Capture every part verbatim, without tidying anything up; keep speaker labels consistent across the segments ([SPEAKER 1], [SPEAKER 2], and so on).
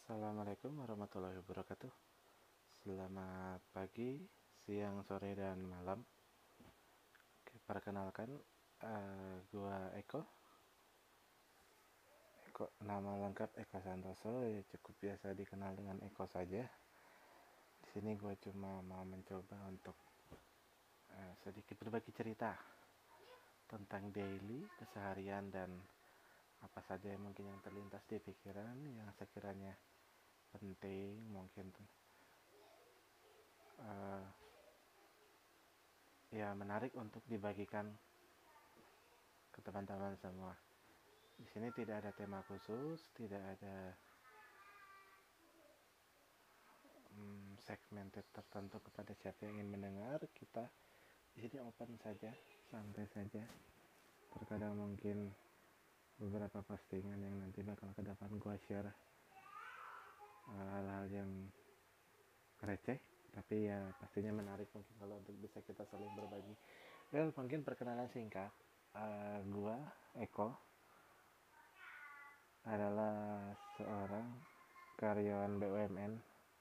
[SPEAKER 1] Assalamualaikum warahmatullahi wabarakatuh. Selamat pagi, siang, sore, dan malam. Oke, perkenalkan, uh, gua Eko. Eko, nama lengkap Eko Santoso, ya cukup biasa dikenal dengan Eko saja. Di sini gua cuma mau mencoba untuk uh, sedikit berbagi cerita tentang daily, keseharian, dan apa saja yang mungkin yang terlintas di pikiran yang sekiranya penting, mungkin uh, ya menarik untuk dibagikan ke teman-teman semua. Di sini tidak ada tema khusus, tidak ada hmm, segmented tertentu kepada siapa yang ingin mendengar. Kita di sini open saja, santai saja. Terkadang mungkin beberapa postingan yang nanti bakal ke depan gua share uh, hal-hal yang receh, tapi ya pastinya menarik mungkin kalau untuk bisa kita saling berbagi. Well, mungkin perkenalan singkat. Uh, gua Eko adalah seorang karyawan B U M N.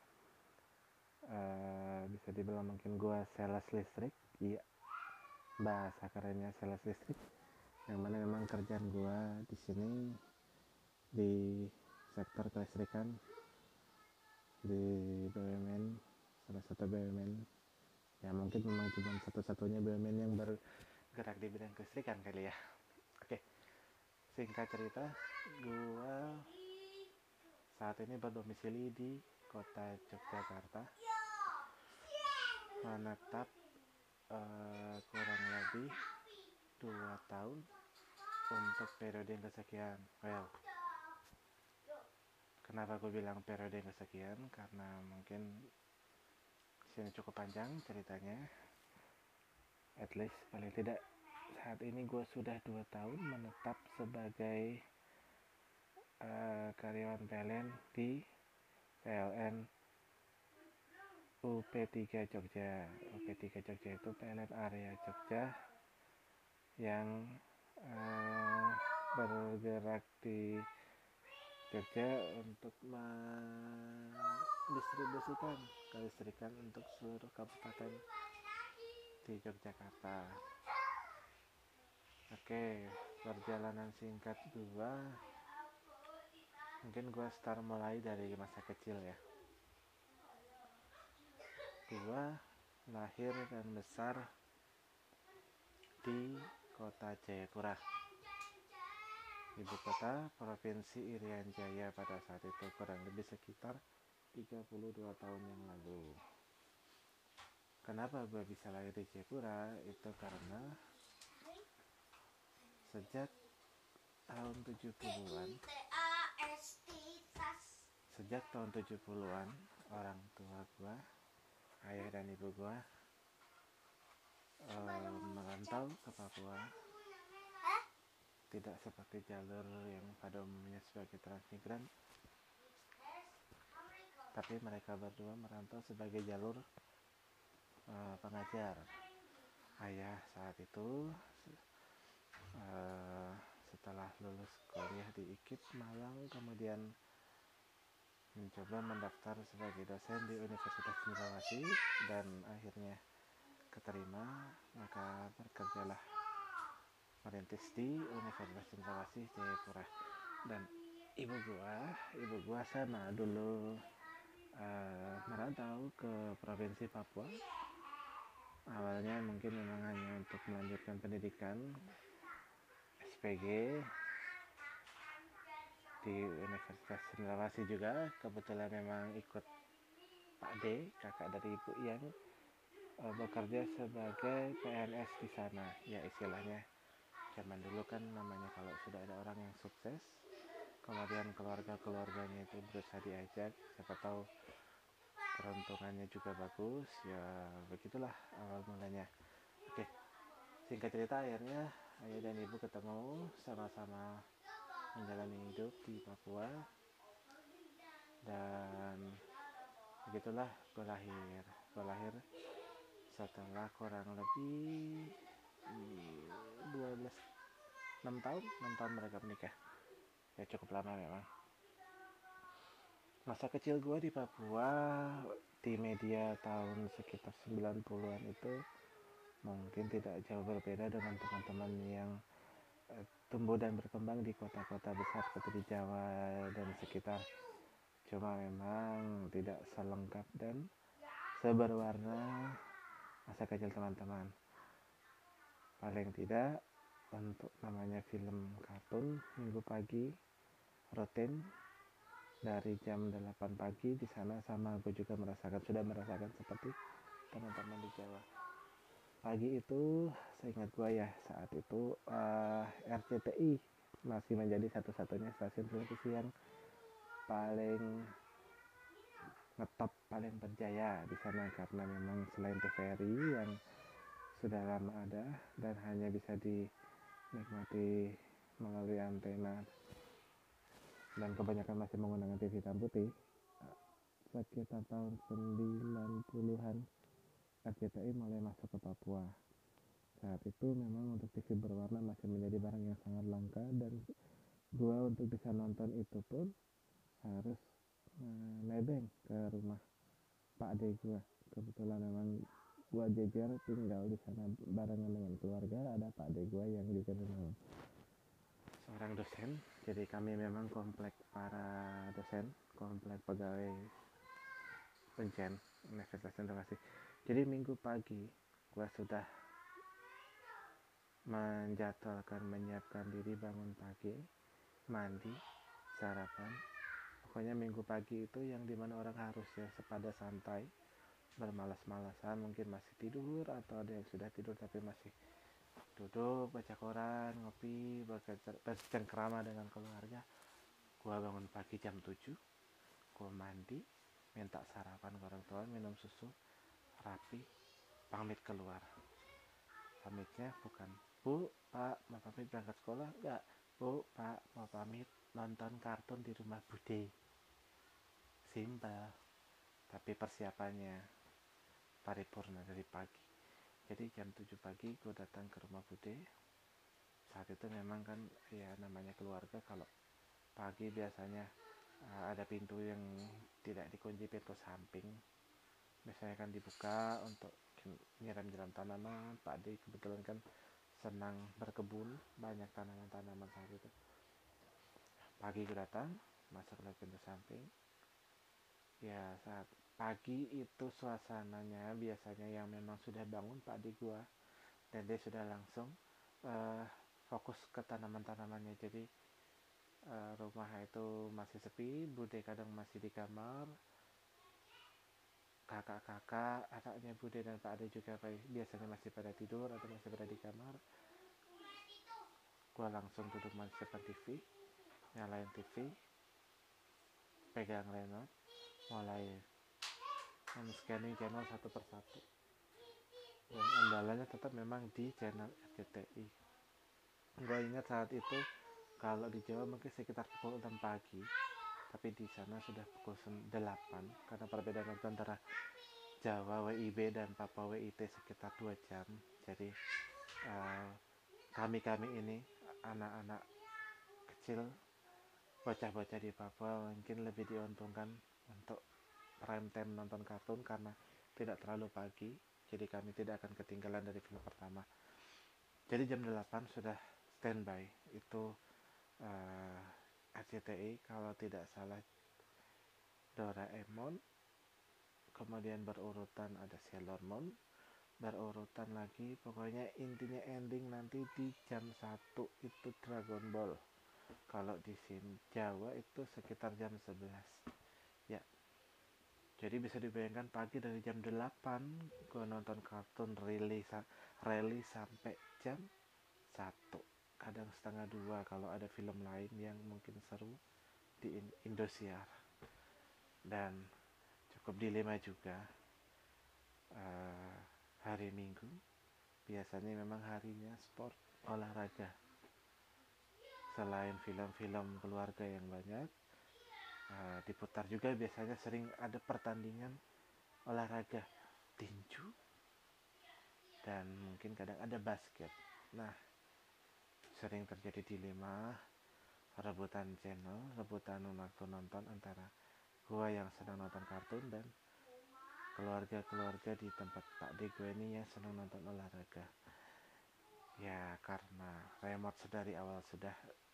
[SPEAKER 1] Uh, bisa dibilang mungkin gue sales listrik, iya, bahasa kerennya sales listrik, yang mana memang kerjaan gue di sini di sektor kelistrikan di B U M N, salah satu B U M N, ya mungkin memang cuma satu-satunya B U M N yang bergerak di bidang kelistrikan kali ya. Oke, singkat cerita, gue saat ini berdomisili di kota Yogyakarta, menetap uh, kurang lebih dua tahun untuk periode yang kesekian. Well, kenapa aku bilang periode yang kesekian? Karena mungkin sini cukup panjang ceritanya. At least paling tidak saat ini gue sudah dua tahun menetap sebagai uh, karyawan P L N di P L N U P tiga Jogja. U P tiga Jogja itu P L N area Jogja yang uh, bergerak di Jogja untuk mendistribusikan kelistrikan untuk seluruh kabupaten di Yogyakarta. Oke, perjalanan singkat gua, mungkin gua start mulai dari masa kecil ya. Gua lahir dan besar di kota Jayapura, ibu kota Provinsi Irian Jaya pada saat itu, kurang lebih sekitar tiga puluh dua tahun yang lalu. Kenapa gue bisa lahir di Jayapura? Itu karena sejak tahun tujuh puluhan sejak tahun tujuh puluhan orang tua gue, ayah dan ibu gue uh, merantau ke Papua. Tidak seperti jalur yang pada umumnya sebagai transmigran, tapi mereka berdua merantau sebagai jalur uh, pengajar. Ayah saat itu uh, setelah lulus kuliah di I K I P Malang, kemudian mencoba mendaftar sebagai dosen di Universitas Cendrawasih dan akhirnya keterima, maka bekerjalah merintis di Universitas Cendrawasih Jayapura. Dan ibu gua, ibu gua sama dulu uh, merantau ke provinsi Papua. Awalnya mungkin memang hanya untuk melanjutkan pendidikan S P G di Universitas Cendrawasih juga. Kebetulan memang ikut Pak D, kakak dari ibu, yang uh, bekerja sebagai P N S di sana. Ya istilahnya zaman dulu kan namanya kalau sudah ada orang yang sukses, kemudian keluarga-keluarganya itu berusaha diajak, siapa tahu peruntungannya juga bagus, ya begitulah awal mulanya. Oke, singkat cerita akhirnya ayah dan ibu ketemu, sama-sama menjalani hidup di Papua, dan begitulah gue lahir. Gue lahir setelah kurang lebih dua belas enam tahun enam tahun mereka menikah. Ya cukup lama memang. Masa kecil gue di Papua di media tahun sekitar sembilan puluhan itu mungkin tidak jauh berbeda dengan teman-teman yang eh, tumbuh dan berkembang di kota-kota besar seperti di Jawa dan sekitar. Cuma memang tidak selengkap dan seberwarna masa kecil teman-teman. Paling tidak untuk namanya film kartun minggu pagi rutin dari jam delapan pagi di sana, sama gue juga merasakan sudah merasakan seperti teman-teman di Jawa. Pagi itu seingat gue ya, saat itu uh, R C T I masih menjadi satu-satunya stasiun televisi yang paling ngetop, paling berjaya di sana, karena memang selain T V R I yang sudah lama ada dan hanya bisa dinikmati melalui antena dan kebanyakan masih menggunakan T V hitam putih, sekitar tahun sembilan puluhan R C T I mulai masuk ke Papua. Saat itu memang untuk T V berwarna masih menjadi barang yang sangat langka, dan gua untuk bisa nonton itu pun harus uh, nebeng ke rumah Pak Ade gua. Kebetulan memang gua jejer tinggal di sana barengan dengan keluarga, ada Pak Ade gua yang juga memang seorang dosen. Jadi kami memang komplek para dosen, komplek pegawai Pencen Universitas Cendrawasih. Jadi minggu pagi gua sudah menjadwalkan, menyiapkan diri, bangun pagi, mandi, sarapan. Pokoknya minggu pagi itu yang dimana orang harus ya sepada santai, bermalas-malasan, mungkin masih tidur atau ada yang sudah tidur tapi masih duduk baca koran, ngopi, bercengkrama dengan keluarga. Gua bangun pagi jam tujuh, gua mandi, minta sarapan ke orang tua, minum susu, rapi, pamit keluar. Pamitnya bukan Bu, Pak, mau pamit berangkat sekolah? Enggak. Bu, Pak, mau pamit nonton kartun di rumah Bude. Simpel, tapi persiapannya paripurna dari pagi. Jadi jam tujuh pagi gue datang ke rumah Bude. Saat itu memang kan ya namanya keluarga, kalau pagi biasanya uh, ada pintu yang tidak dikunci, pintu samping biasanya kan dibuka untuk nyiram-nyiram tanaman. Pak Ade kebetulan kan senang berkebun, banyak tanaman-tanaman saat itu. Pagi gue datang, masuk lewat pintu samping. Ya saat pagi itu suasananya biasanya yang memang sudah bangun Pak Ade gue, dan dia sudah langsung uh, fokus ke tanaman-tanamannya. Jadi uh, rumah itu masih sepi, Bude kadang masih di kamar, kakak-kakak, anaknya Bude dan Pak Ade juga biasanya masih pada tidur atau masih pada di kamar. Gua langsung duduk menyiapkan T V, nyalain T V, pegang remote, mulai men-scanning channel satu persatu. Dan andalanya tetap memang di channel R C T I. Gua ingat saat itu kalau di Jawa mungkin sekitar pukul enam pagi, tapi di sana sudah pukul delapan, karena perbedaan waktu antara Jawa W I B dan Papua W I T sekitar dua jam. Jadi uh, kami-kami ini anak-anak kecil, bocah-bocah di Papua mungkin lebih diuntungkan untuk prime time nonton kartun karena tidak terlalu pagi. Jadi kami tidak akan ketinggalan dari film pertama. Jadi jam delapan sudah standby. Itu uh, R C T I, kalau tidak salah Doraemon, kemudian berurutan ada Sailor Moon, berurutan lagi, pokoknya intinya ending nanti di jam satu itu Dragon Ball. Kalau di sini Jawa itu sekitar jam sebelas ya. Jadi bisa dibayangkan pagi dari jam delapan gue nonton kartun rilis rilis sampai jam satu, kadang setengah dua kalau ada film lain yang mungkin seru di Indosiar. Dan cukup dilema juga, uh, hari Minggu biasanya memang harinya sport, olahraga. Selain film-film keluarga yang banyak, uh, diputar juga biasanya sering ada pertandingan olahraga, tinju, dan mungkin kadang ada basket. Nah, sering terjadi dilema rebutan channel, rebutan waktu nonton antara gue yang senang nonton kartun dan keluarga-keluarga di tempat Pak D gue ini yang senang nonton olahraga. Ya karena remote dari awal sudah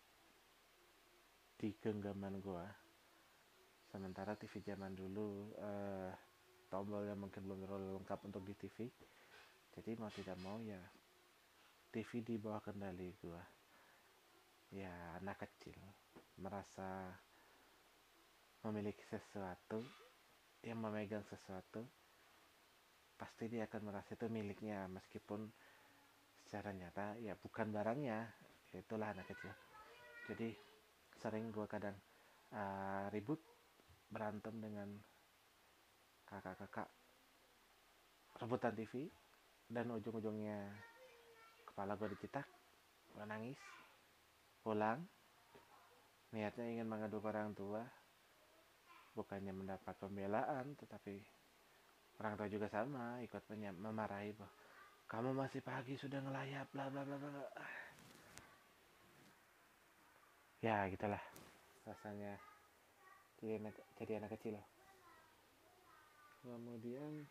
[SPEAKER 1] di genggaman gue, sementara T V zaman dulu eh, tombolnya mungkin belum terlalu lengkap untuk di T V, jadi mau tidak mau ya T V di bawah kendali gue. Ya anak kecil merasa memiliki sesuatu, yang memegang sesuatu, pasti dia akan merasa itu miliknya, meskipun secara nyata ya bukan barangnya. Ya itulah anak kecil. Jadi sering gue kadang uh, ribut, berantem dengan kakak-kakak, rebutan T V, dan ujung-ujungnya kepala gue dicitak, gue nangis, pulang niatnya ingin mengadu ke orang tua, bukannya mendapat pembelaan, tetapi orang tua juga sama ikut memarahi bahwa kamu masih pagi sudah ngelayap bla bla bla bla. Ya gitulah rasanya jadi anak, jadi anak kecil loh. Kemudian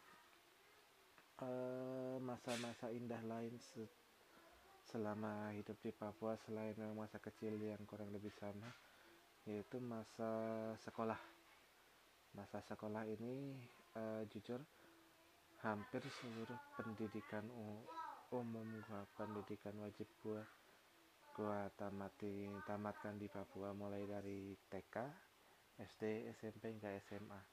[SPEAKER 1] uh, masa-masa indah lain se- selama hidup di Papua selain masa kecil yang kurang lebih sama, yaitu masa sekolah. Masa sekolah ini uh, jujur hampir seluruh pendidikan umum gua, pendidikan wajib gua gua tamati tamatkan di Papua, mulai dari T K, S D, S M P hingga S M A.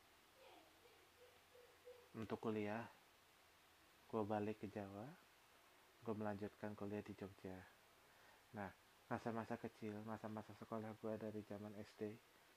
[SPEAKER 1] Untuk kuliah gua balik ke Jawa, gua melanjutkan kuliah di Jogja. Nah, masa-masa kecil, masa-masa sekolah gua dari zaman S D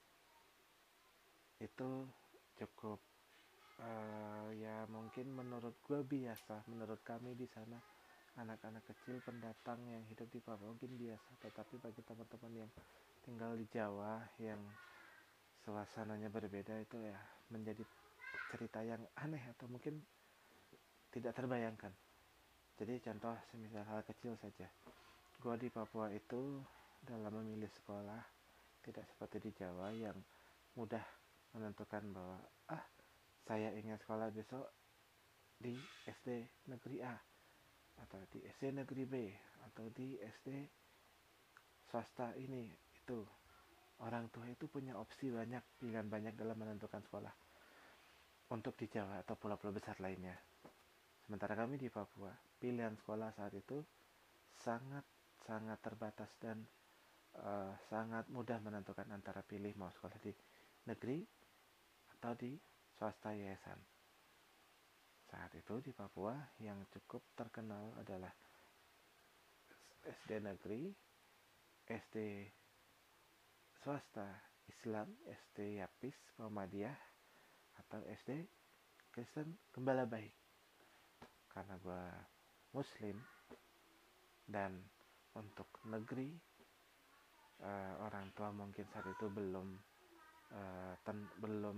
[SPEAKER 1] itu cukup uh, ya mungkin menurut gua biasa, menurut kami di sana anak-anak kecil pendatang yang hidup di Papua mungkin biasa, tetapi bagi teman-teman yang tinggal di Jawa yang suasananya berbeda, itu ya menjadi cerita yang aneh atau mungkin tidak terbayangkan. Jadi contoh semisal hal kecil saja, gua di Papua itu dalam memilih sekolah tidak seperti di Jawa yang mudah menentukan bahwa ah saya ingin sekolah besok di S D negeri A, atau di S D negeri B, atau di S D swasta ini itu. Orang tua itu punya opsi banyak, pilihan banyak dalam menentukan sekolah untuk di Jawa atau pulau-pulau besar lainnya. Sementara kami di Papua, pilihan sekolah saat itu sangat-sangat terbatas dan uh, sangat mudah menentukan antara pilih mau sekolah di negeri atau di swasta yayasan. Saat itu di Papua yang cukup terkenal adalah S D negeri, S D swasta Islam, S D Yapis Muhammadiyah, atau S D Kristen Gembala Baik. Karena gue Muslim dan untuk negeri uh, orang tua mungkin saat itu belum uh, ten- belum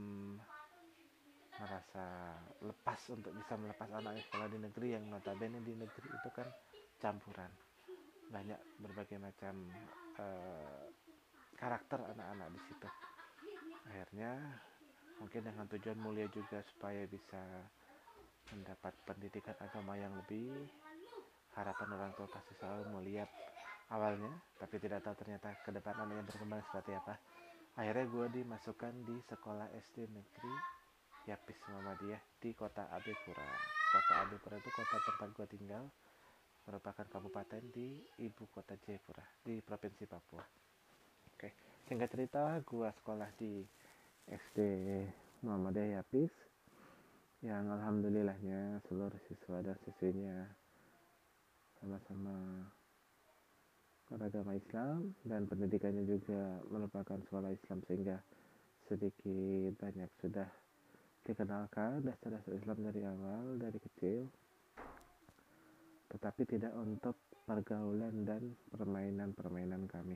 [SPEAKER 1] merasa lepas untuk bisa melepas anaknya sekolah di negeri, yang notabene di negeri itu kan campuran, banyak berbagai macam uh, karakter anak-anak di situ. Akhirnya mungkin dengan tujuan mulia juga supaya bisa mendapat pendidikan agama yang lebih, harapan orang tua pasti selalu mulia awalnya, tapi tidak tahu ternyata ke depan anaknya berkembang seperti apa. Akhirnya gue dimasukkan di sekolah S D negeri Yapis Muhammadiyah di kota Abepura. Kota Abepura itu kota tempat gue tinggal, merupakan kabupaten di ibu kota Jayapura di provinsi Papua. Oke, singkat cerita, gue sekolah di S D Muhammadiyah Yapis, yang alhamdulillahnya seluruh siswa dan siswinya sama-sama beragama Islam dan pendidikannya juga merupakan sekolah Islam, sehingga sedikit banyak sudah dikenalkan dasar-dasar Islam dari awal, dari kecil, tetapi tidak untuk pergaulan dan permainan-permainan kami.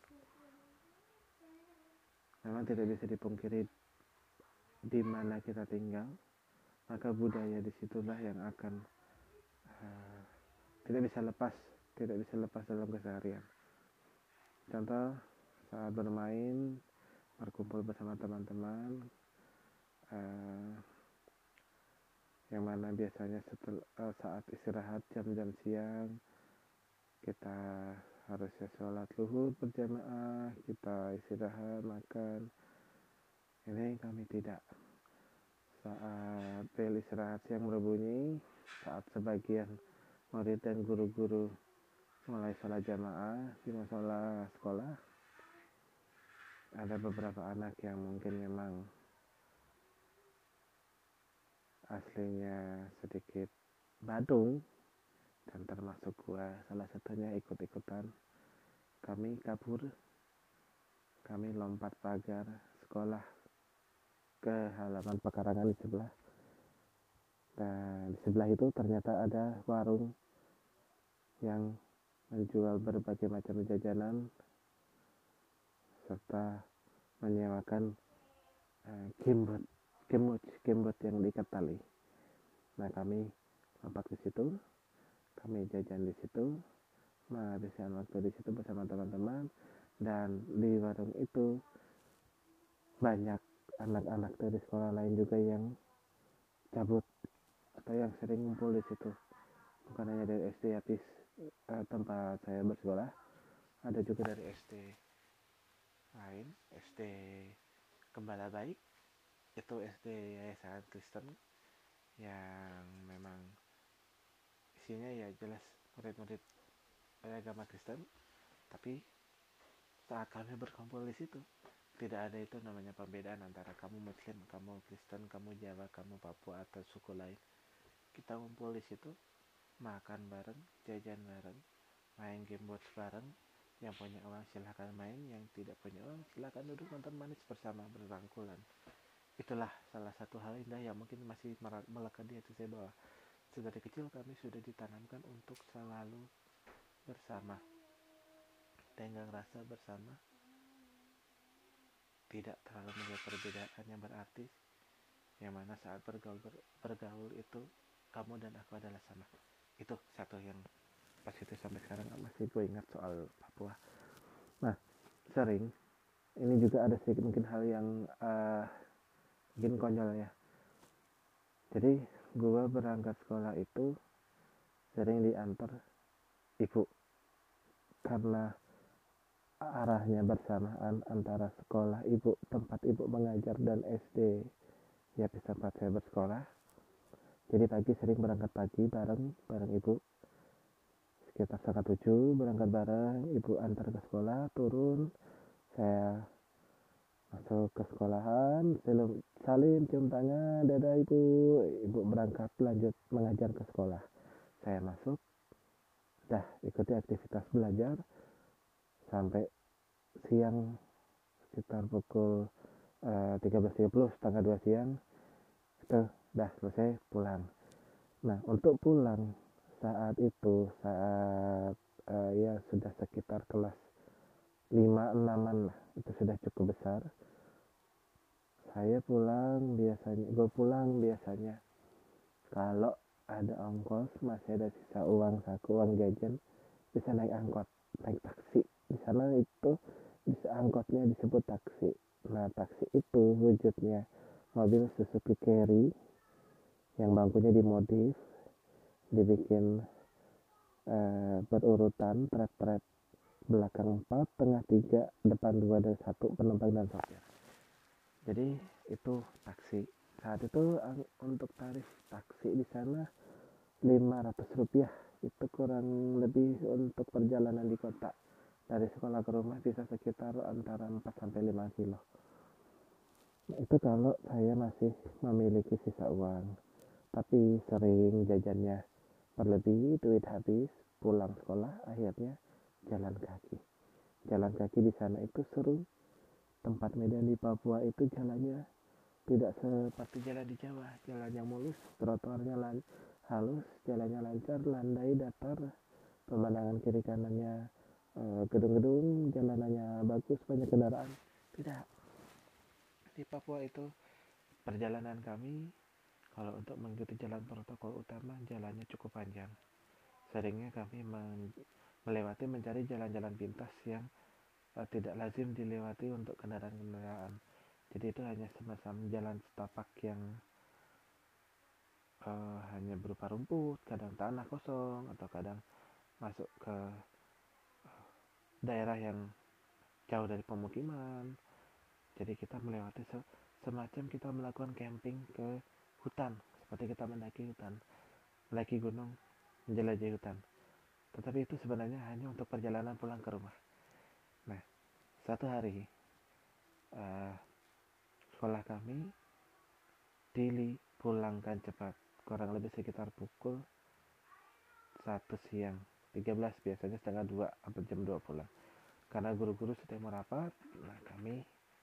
[SPEAKER 1] Memang tidak bisa dipungkiri di mana kita tinggal, maka budaya disitulah yang akan uh, tidak bisa lepas, tidak bisa lepas dalam keseharian. Contoh saat bermain berkumpul bersama teman-teman, uh, yang mana biasanya setelah uh, saat istirahat jam-jam siang kita harusnya sholat zuhur berjamaah, kita istirahat makan. Ini kami tidak. Saat bel istirahat siang berbunyi, saat sebagian murid dan guru-guru mulai sholat jamaah di musola sekolah, ada beberapa anak yang mungkin memang aslinya sedikit badung, dan termasuk gua salah satunya ikut-ikutan. Kami kabur, kami lompat pagar sekolah ke halaman pekarangan di sebelah. Dan di sebelah itu ternyata ada warung yang menjual berbagai macam jajanan serta menyewakan uh, gamebot, gamebot, gamebot yang diikat tali. Nah, kami lompat ke situ, kami jajan di situ, menghabiskan waktu di situ bersama teman-teman. Dan di warung itu banyak anak-anak dari sekolah lain juga yang cabut atau yang sering ngumpul di situ. Bukan hanya dari S D Yapis uh, tempat saya bersekolah, ada juga dari S D lain, S D Gembala Baik, itu S D Yayasan Kristen yang memang isinya ya jelas murid-murid agama Kristen. Tapi saat kami berkumpul di situ, tidak ada itu namanya pembedaan antara kamu Muslim, kamu Kristen, kamu Jawa, kamu Papua atau suku lain. Kita kumpul di situ, makan bareng, jajan bareng, main gamebot bareng. Yang punya uang silahkan main, yang tidak punya uang silahkan duduk nonton manis bersama berangkulan. Itulah salah satu hal indah yang mungkin masih melekat di hati saya, bahwa sedari kecil kami sudah ditanamkan untuk selalu bersama, tenggang rasa bersama, tidak terlalu melihat perbedaan yang berarti, yang mana saat bergaul ber, bergaul itu kamu dan aku adalah sama. Itu satu yang positif sampai sekarang masih gue ingat soal Papua. Nah, sering ini juga ada sedikit mungkin hal yang uh, mungkin konyol ya. Jadi gue berangkat sekolah itu sering diantar ibu, karena arahnya bersamaan antara sekolah ibu, tempat ibu mengajar, dan S D ya di tempat saya bersekolah. Jadi pagi sering berangkat pagi bareng bareng ibu, sekitar setengah tujuh berangkat bareng, ibu antar ke sekolah, turun, saya masuk ke sekolahan, salim, salim cium tangan, dadah ibu, ibu berangkat lanjut mengajar ke sekolah. Saya masuk, dah ikuti aktivitas belajar sampai siang sekitar pukul uh, tiga belas tiga puluh, setengah dua siang itu dah selesai pulang. Nah, untuk pulang saat itu saat uh, ya sudah sekitar kelas lima enaman lah, itu sudah cukup besar. Saya pulang biasanya, gue pulang biasanya kalau ada ongkos, masih ada sisa uang saku, uang jajan, bisa naik angkot, naik taksi. Di sana itu bisa angkotnya disebut taksi. Nah, taksi itu wujudnya mobil Suzuki Carry yang bangkunya dimodif, dibikin uh, berurutan, tret-tret, belakang empat, tengah tiga, depan dua dan satu, penumpang dan sopir. Jadi itu taksi. Saat itu untuk tarif taksi di sana lima ratus rupiah, itu kurang lebih untuk perjalanan di kota dari sekolah ke rumah bisa sekitar antara empat sampai lima kilo. Nah, itu kalau saya masih memiliki sisa uang. Tapi sering jajannya berlebih, duit habis, pulang sekolah akhirnya jalan kaki. Jalan kaki di sana itu seru. Tempat medan di Papua itu jalannya tidak seperti jalan di Jawa, jalannya mulus, trotoarnya lan halus, jalannya lancar, landai, datar, pemandangan kiri kanannya eh, gedung-gedung, jalanannya bagus, banyak kendaraan. Tidak. Di Papua itu perjalanan kami kalau untuk mengikuti jalan protokol utama, jalannya cukup panjang. Seringnya kami men- melewati mencari jalan-jalan pintas yang uh, tidak lazim dilewati untuk kendaraan-kendaraan. Jadi itu hanya semacam jalan setapak yang uh, hanya berupa rumput, kadang tanah kosong, atau kadang masuk ke daerah yang jauh dari pemukiman. Jadi kita melewati se- semacam kita melakukan camping ke hutan, seperti kita mendaki hutan, mendaki gunung, menjelajahi hutan. Tetapi itu sebenarnya hanya untuk perjalanan pulang ke rumah. Nah, satu hari uh, sekolah kami dipulangkan cepat, kurang lebih sekitar pukul satu siang, tiga belas biasanya setengah dua atau jam dua pulang. Karena guru-guru sedang merapat, nah kami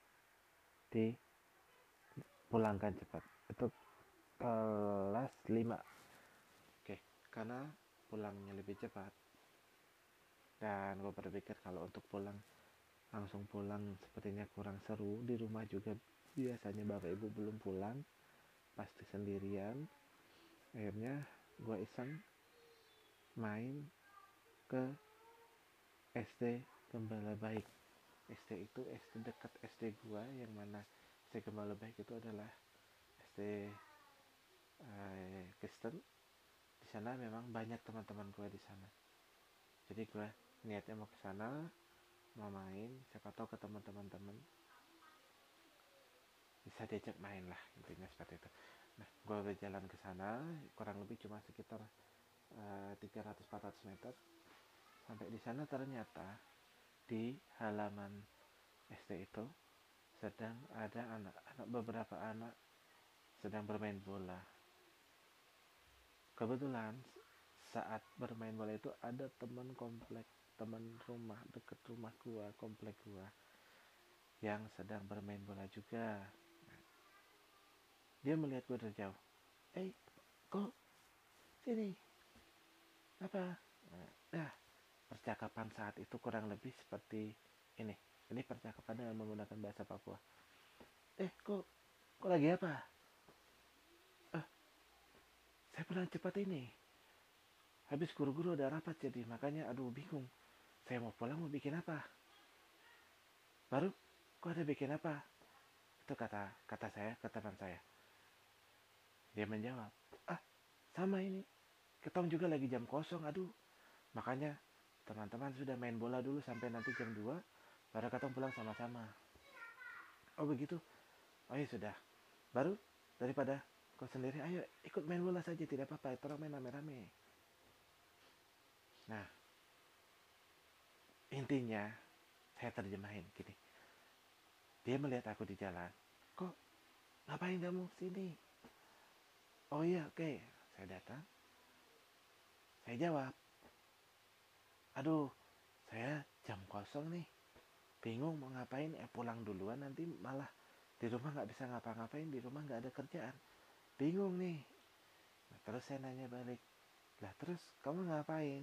[SPEAKER 1] dipulangkan cepat. Itu kelas lima. Oke, karena pulangnya lebih cepat. Dan gue berpikir kalau untuk pulang langsung pulang sepertinya kurang seru. Di rumah juga biasanya bapak ibu belum pulang, pasti sendirian. Akhirnya gue iseng main ke S D Gembala Baik. S D itu S D dekat S D gua, yang mana S D Gembala Baik itu adalah S D eh, Kristen. Di sana memang banyak teman-teman gua di sana. Jadi gua niatnya mau ke sana, mau main, siapa tahu ketemu teman-teman, bisa diajak main lah, intinya seperti itu. Nah, gua berjalan ke sana kurang lebih cuma sekitar uh, tiga ratus sampai empat ratus meter. Sampai di sana ternyata di halaman S D itu sedang ada anak-anak, beberapa anak sedang bermain bola. Kebetulan saat bermain bola itu ada teman komplek, teman rumah dekat rumah gua, komplek gua, yang sedang bermain bola juga. Dia melihat gua dari jauh. Eh, kok sini? Apa? Nah, percakapan saat itu kurang lebih seperti ini. Ini percakapan dengan menggunakan bahasa Papua. Eh, kok, kok lagi apa? Eh, saya pulang cepat ini. Habis guru-guru udah rapat, jadi makanya aduh bingung. Saya mau pulang mau bikin apa? Baru, kok ada bikin apa? Itu kata kata saya ke teman saya. Dia menjawab, ah sama ini. Ketong juga lagi jam kosong, aduh. Makanya teman-teman sudah main bola dulu sampai nanti jam dua, baru ketong pulang sama-sama. Oh begitu? Oh ya sudah. Baru daripada kau sendiri, ayo ikut main bola saja, tidak apa-apa. Itu main rame-rame. Nah, intinya saya terjemahin gini. Dia melihat aku di jalan. Kok ngapain kamu sini? Oh iya, oke. Okay. Saya datang. Saya jawab. Aduh, saya jam kosong nih. Bingung mau ngapain, eh pulang duluan nanti malah di rumah gak bisa ngapa-ngapain, di rumah gak ada kerjaan. Bingung nih. Nah, terus saya nanya balik. Lah terus kamu ngapain?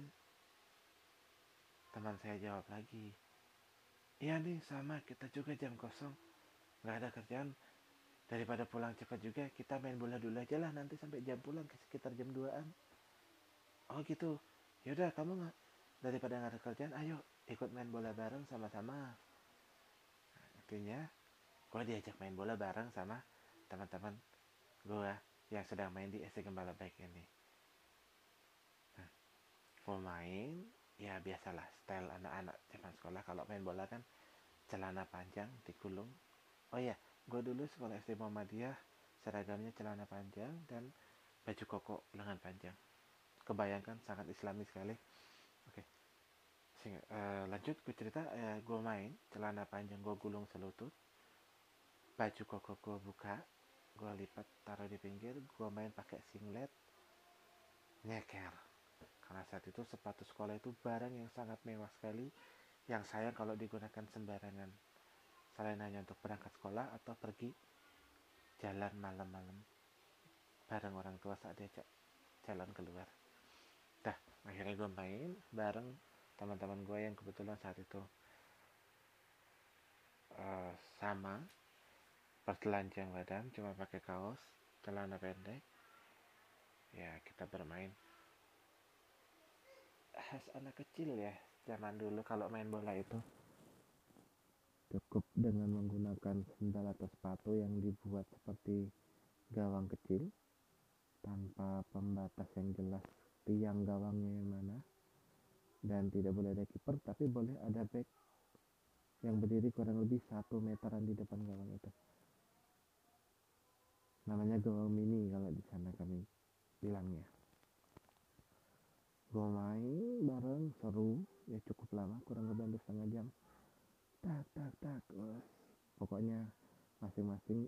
[SPEAKER 1] Teman saya jawab lagi. Iya nih sama, kita juga jam kosong. Gak ada kerjaan. Daripada pulang cepat juga, kita main bola dulu aja lah, nanti sampai jam pulang sekitar jam duaan. Oh gitu. Yaudah kamu nggak, daripada nggak ada kerjaan, ayo ikut main bola bareng sama-sama. Nah, intinya gue diajak main bola bareng sama teman-teman gue yang sedang main di S D Gembala Baik ini. Nah, gue main ya biasalah style anak-anak zaman sekolah. Kalau main bola kan celana panjang digulung. Oh iya, gue dulu sekolah S D Muhammadiyah, seragamnya celana panjang dan baju koko lengan panjang. Kebayangkan sangat islami sekali. Oke, Sing, uh, lanjut gue cerita. Uh, gue main celana panjang gue gulung selutut, baju koko gue buka, gue lipat taruh di pinggir, gue main pakai singlet, nyeker. Karena saat itu sepatu sekolah itu barang yang sangat mewah sekali, yang sayang kalau digunakan sembarangan, selain hanya untuk berangkat sekolah atau pergi jalan malam-malam bareng orang tua saat diajak jalan keluar. Dah, akhirnya gue main bareng teman-teman gue yang kebetulan saat itu uh, sama bertelanjang badan, cuma pakai kaos, celana pendek. Ya kita bermain khas anak kecil ya zaman dulu kalau main bola itu. Cukup dengan menggunakan sendal atau sepatu yang dibuat seperti gawang kecil tanpa pembatas yang jelas tiang gawangnya yang mana, dan tidak boleh ada kiper, tapi boleh ada back yang berdiri kurang lebih satu meteran di depan gawang itu. Namanya gawang mini kalau di sana kami bilangnya. Gue main bareng, seru ya, cukup lama, kurang lebih hampir setengah jam. Tak tak tak, wes. Pokoknya masing-masing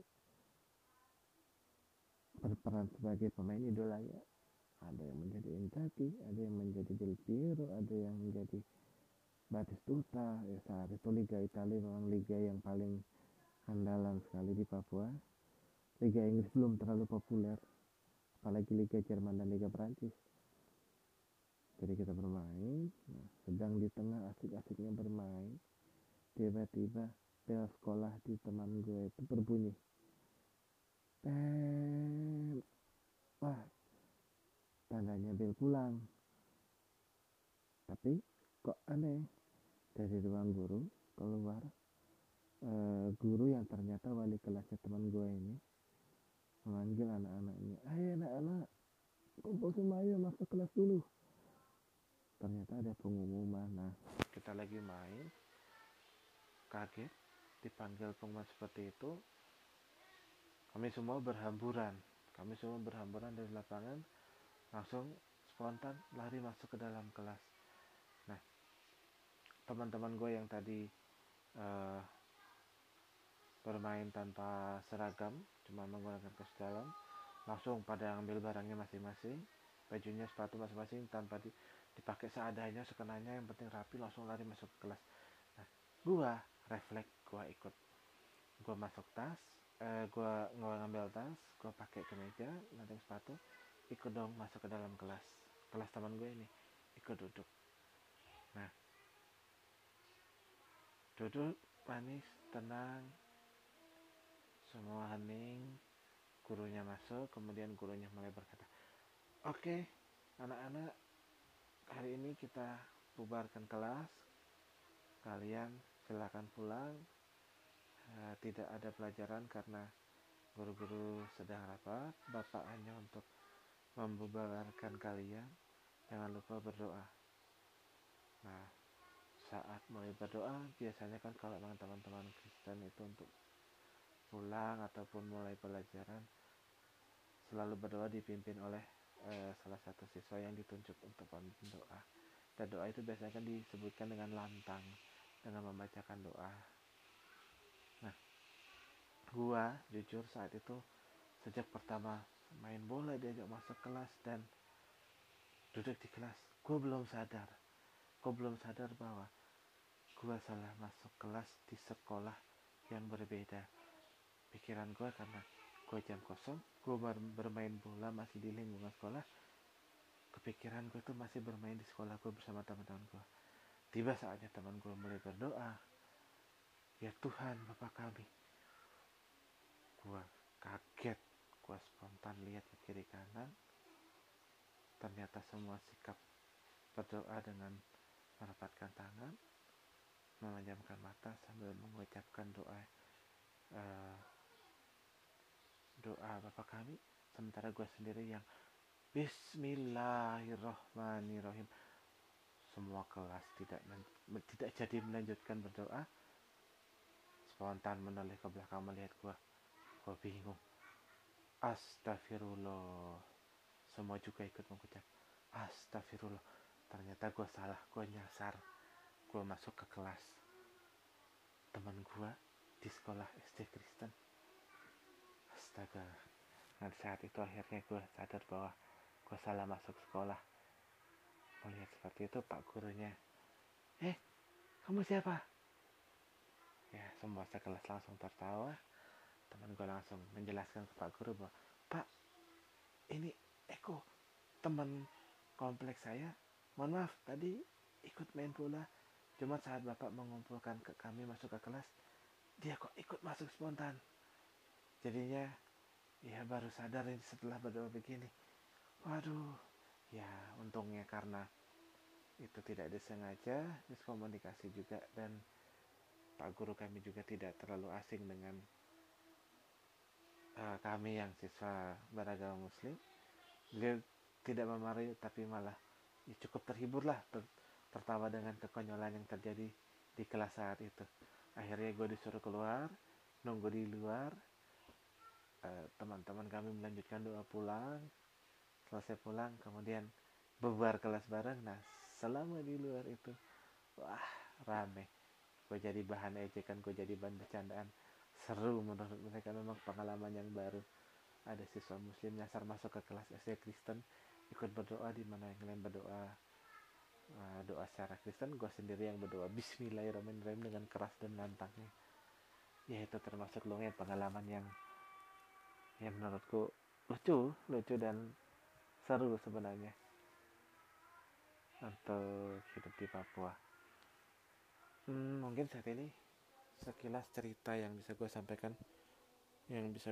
[SPEAKER 1] berperan sebagai pemain idolanya. Ada yang menjadi Inzaghi, ada yang menjadi Del Piero, ada yang menjadi Batistuta. Ya, saat itu Liga Italia memang liga yang paling andalan sekali di Papua. Liga Inggris belum terlalu populer, apalagi Liga Jerman dan Liga Prancis. Jadi kita bermain, nah, sedang di tengah asik-asiknya bermain, tiba-tiba bel sekolah di teman gue itu berbunyi. Tem, wah, tandanya bel pulang. Tapi kok aneh, dari ruang guru keluar uh, guru yang ternyata wali kelasnya teman gue ini memanggil anak-anaknya, ayo anak-anak kumpul semua, ayo masuk kelas dulu. Ternyata ada pengumuman. Nah, kita lagi main, kaget dipanggil pengumuman seperti itu. Kami semua berhamburan kami semua berhamburan dari lapangan, langsung spontan lari masuk ke dalam kelas. Nah, teman-teman gue yang tadi uh, bermain tanpa seragam, cuma menggunakan kaos dalam, langsung pada ambil barangnya masing-masing, bajunya, sepatu masing-masing, tanpa di, dipakai seadanya, sekenanya, yang penting rapi, langsung lari masuk ke kelas. Nah, gua refleks, gua ikut, gua masuk tas, eh, gua ngambil tas, gua pakai kemeja, lantai sepatu, ikut dong masuk ke dalam kelas, kelas teman gue ini, ikut duduk. Nah, duduk manis, tenang, semua hening. Gurunya masuk, kemudian gurunya mulai berkata, oke anak-anak, hari ini kita bubarkan kelas, kalian silakan pulang, e, tidak ada pelajaran karena guru-guru sedang rapat, bapak hanya untuk membubarkan kalian, jangan lupa berdoa. Nah, saat mulai berdoa, biasanya kan kalau memang teman-teman Kristen itu untuk pulang ataupun mulai pelajaran selalu berdoa dipimpin oleh uh, salah satu siswa yang ditunjuk untuk memimpin doa. Dan doa itu biasanya kan disebutkan dengan lantang, dengan membacakan doa. Nah, gua jujur saat itu sejak pertama main bola diajak masuk kelas dan duduk di kelas, gua belum sadar, gua belum sadar bahwa gua salah masuk kelas di sekolah yang berbeda. Pikiran gua karena gue jam kosong, gue bermain bola masih di lingkungan sekolah, kepikiran gue tuh masih bermain di sekolah gue bersama teman-teman gue. Tiba saatnya teman gue mulai berdoa, ya Tuhan Bapa kami. Gue kaget, gue spontan lihat ke kiri kanan, ternyata semua sikap berdoa dengan merapatkan tangan, memejamkan mata sambil mengucapkan doa uh, doa Bapa kami, sementara gue sendiri yang Bismillahirrohmanirrohim. Semua kelas tidak men- tidak jadi melanjutkan berdoa, spontan menoleh ke belakang melihat gue. Gue bingung. Astagfirullah. Semua juga ikut mengucap Astagfirullah. Ternyata gue salah, gue nyasar. Gue masuk ke kelas teman gue di sekolah S D Kristen. Astaga. Nah, saat itu akhirnya gue sadar bahwa gue salah masuk sekolah. Melihat seperti itu, pak gurunya, eh kamu siapa? Ya, semua sekelas langsung tertawa. Teman gue langsung menjelaskan ke pak guru bahwa, Pak, ini Eko, teman kompleks saya, mohon maaf tadi ikut main bola, cuma saat bapak mengumpulkan ke kami masuk ke kelas, dia kok ikut masuk spontan. Jadinya ya baru sadar ini setelah berdoa begini. Waduh, ya untungnya karena itu tidak disengaja, miskomunikasi juga, dan Pak guru kami juga tidak terlalu asing dengan uh, kami yang siswa beragama muslim. Beliau tidak memarahi tapi malah ya cukup terhibur lah, ter tertawa dengan kekonyolan yang terjadi di kelas saat itu. Akhirnya gue disuruh keluar, nunggu di luar. uh, teman-teman kami melanjutkan doa pulang. Selesai pulang kemudian bubar kelas bareng. Nah selama di luar itu wah rame, gue jadi bahan ejekan, gue jadi bahan bercandaan. Seru menurut mereka, memang pengalaman yang baru. Ada siswa muslim nyasar masuk ke kelas S D Kristen, ikut berdoa di mana yang lain berdoa uh, doa secara Kristen, gue sendiri yang berdoa Bismillahirrahmanirrahim dengan keras dan lantangnya. Ya itu termasuk lumayan pengalaman yang yang menurutku lucu, lucu dan seru sebenarnya untuk hidup di Papua. Hmm, mungkin saat ini sekilas cerita yang bisa gue sampaikan, yang bisa